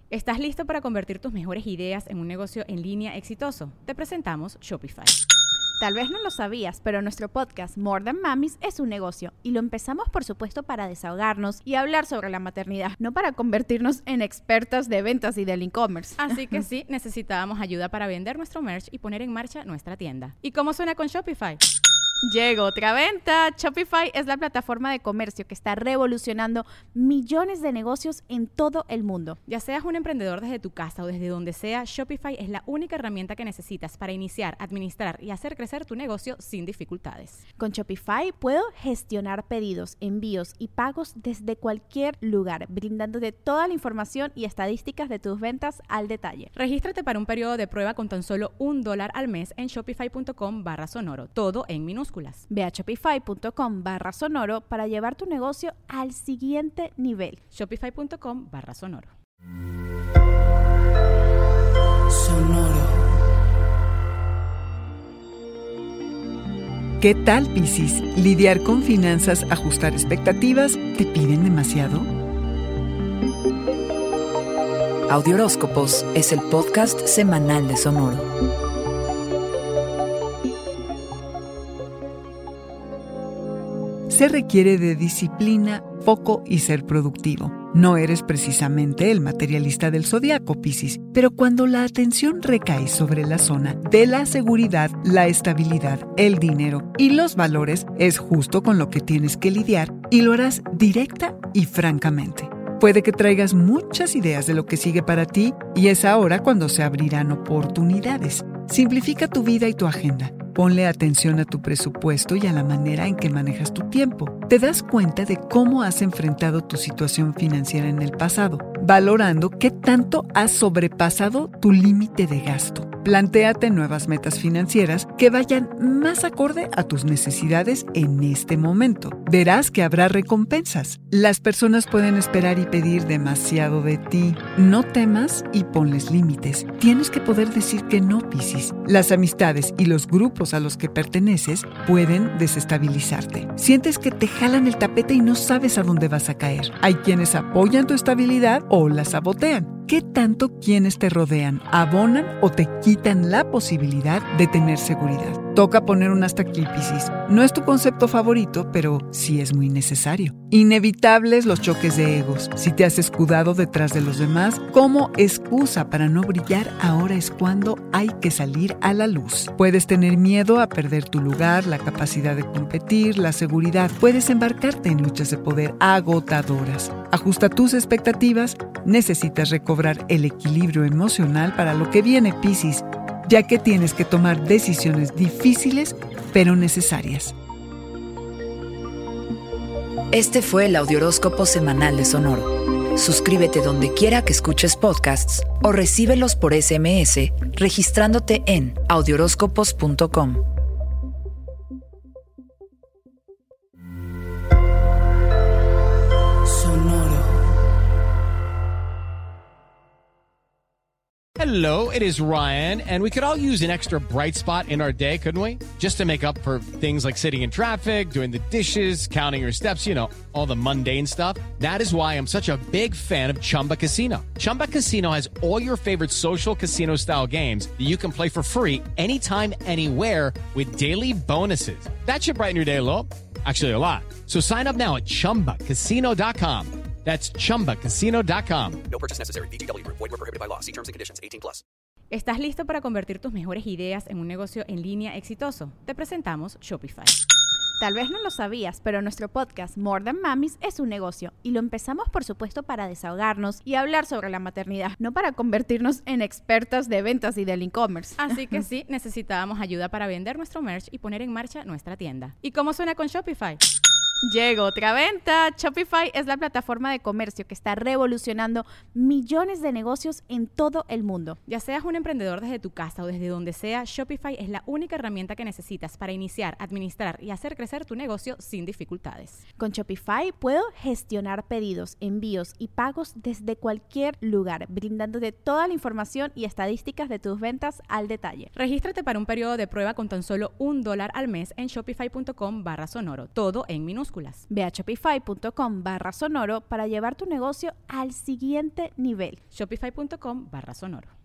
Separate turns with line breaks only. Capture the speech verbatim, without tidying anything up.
¿Estás listo para convertir tus mejores ideas en un negocio en línea exitoso? Te presentamos Shopify.
Tal vez no lo sabías, pero nuestro podcast More Than Mamis es un negocio y lo empezamos por supuesto para desahogarnos y hablar sobre la maternidad, no para convertirnos en expertas de ventas y del e-commerce.
Así que sí, necesitábamos ayuda para vender nuestro merch y poner en marcha nuestra tienda. ¿Y cómo suena con Shopify?
Llegó otra venta. Shopify es la plataforma de comercio que está revolucionando millones de negocios en todo el mundo.
Ya seas un emprendedor desde tu casa o desde donde sea, Shopify es la única herramienta que necesitas para iniciar, administrar y hacer crecer tu negocio sin dificultades.
Con Shopify puedo gestionar pedidos, envíos y pagos desde cualquier lugar, brindándote toda la información y estadísticas de tus ventas al detalle.
Regístrate para un periodo de prueba con tan solo un dólar al mes en shopify.com barra sonoro, todo en minúsculas.
Ve a shopify.com barra sonoro para llevar tu negocio al siguiente nivel.
Shopify.com barra sonoro.
Sonoro.
¿Qué tal, Piscis? ¿Lidiar con finanzas, ajustar expectativas, te piden demasiado?
Audioróscopos es el podcast semanal de Sonoro.
Se requiere de disciplina, foco y ser productivo. No eres precisamente el materialista del zodiaco, Piscis, pero cuando la atención recae sobre la zona de la seguridad, la estabilidad, el dinero y los valores, es justo con lo que tienes que lidiar y lo harás directa y francamente. Puede que traigas muchas ideas de lo que sigue para ti y es ahora cuando se abrirán oportunidades. Simplifica tu vida y tu agenda. Ponle atención a tu presupuesto y a la manera en que manejas tu tiempo. Te das cuenta de cómo has enfrentado tu situación financiera en el pasado, valorando qué tanto has sobrepasado tu límite de gasto. Plantéate nuevas metas financieras que vayan más acorde a tus necesidades en este momento. Verás que habrá recompensas. Las personas pueden esperar y pedir demasiado de ti. No temas y ponles límites. Tienes que poder decir que no, Piscis. Las amistades y los grupos a los que perteneces pueden desestabilizarte. Sientes que te jalan el tapete y no sabes a dónde vas a caer. Hay quienes apoyan tu estabilidad o la sabotean. ¿Qué tanto quienes te rodean abonan o te quitan la posibilidad de tener seguridad? Toca poner un hasta aquí, Piscis. No es tu concepto favorito, pero sí es muy necesario. Inevitables los choques de egos. Si te has escudado detrás de los demás, como excusa para no brillar, ahora es cuando hay que salir a la luz. Puedes tener miedo a perder tu lugar, la capacidad de competir, la seguridad. Puedes embarcarte en luchas de poder agotadoras. Ajusta tus expectativas. Necesitas recobrar el equilibrio emocional para lo que viene, Piscis, ya que tienes que tomar decisiones difíciles pero necesarias.
Este fue el Audioróscopo semanal de Sonoro. Suscríbete donde quiera que escuches podcasts o recíbelos por ese eme ese registrándote en audioróscopos punto com.
Hello, it is Ryan, and we could all use an extra bright spot in our day, couldn't we? Just to make up for things like sitting in traffic, doing the dishes, counting your steps, you know, all the mundane stuff. That is why I'm such a big fan of Chumba Casino. Chumba Casino has all your favorite social casino-style games that you can play for free anytime, anywhere with daily bonuses. That should brighten your day a little. Actually, a lot. So sign up now at chumba casino dot com. That's chumba casino dot com.
No purchase necessary. V G W Group. Void where prohibited by law. See terms and conditions. eighteen plus.
¿Estás listo para convertir tus mejores ideas en un negocio en línea exitoso? Te presentamos Shopify.
Tal vez no lo sabías, pero nuestro podcast More Than Mamis es un negocio y lo empezamos por supuesto para desahogarnos y hablar sobre la maternidad, no para convertirnos en expertas de ventas y del e-commerce.
Así que sí, necesitábamos ayuda para vender nuestro merch y poner en marcha nuestra tienda. ¿Y cómo suena con Shopify?
Llegó otra venta. Shopify es la plataforma de comercio que está revolucionando millones de negocios en todo el mundo.
Ya seas un emprendedor desde tu casa o desde donde sea, Shopify es la única herramienta que necesitas para iniciar, administrar y hacer crecer tu negocio sin dificultades.
Con Shopify puedo gestionar pedidos, envíos y pagos desde cualquier lugar, brindándote toda la información y estadísticas de tus ventas al detalle.
Regístrate para un periodo de prueba con tan solo un dólar al mes en shopify.com barra sonoro, todo en minúsculas. minúsculas.
Ve a shopify.com barra sonoro para llevar tu negocio al siguiente nivel.
Shopify.com barra sonoro.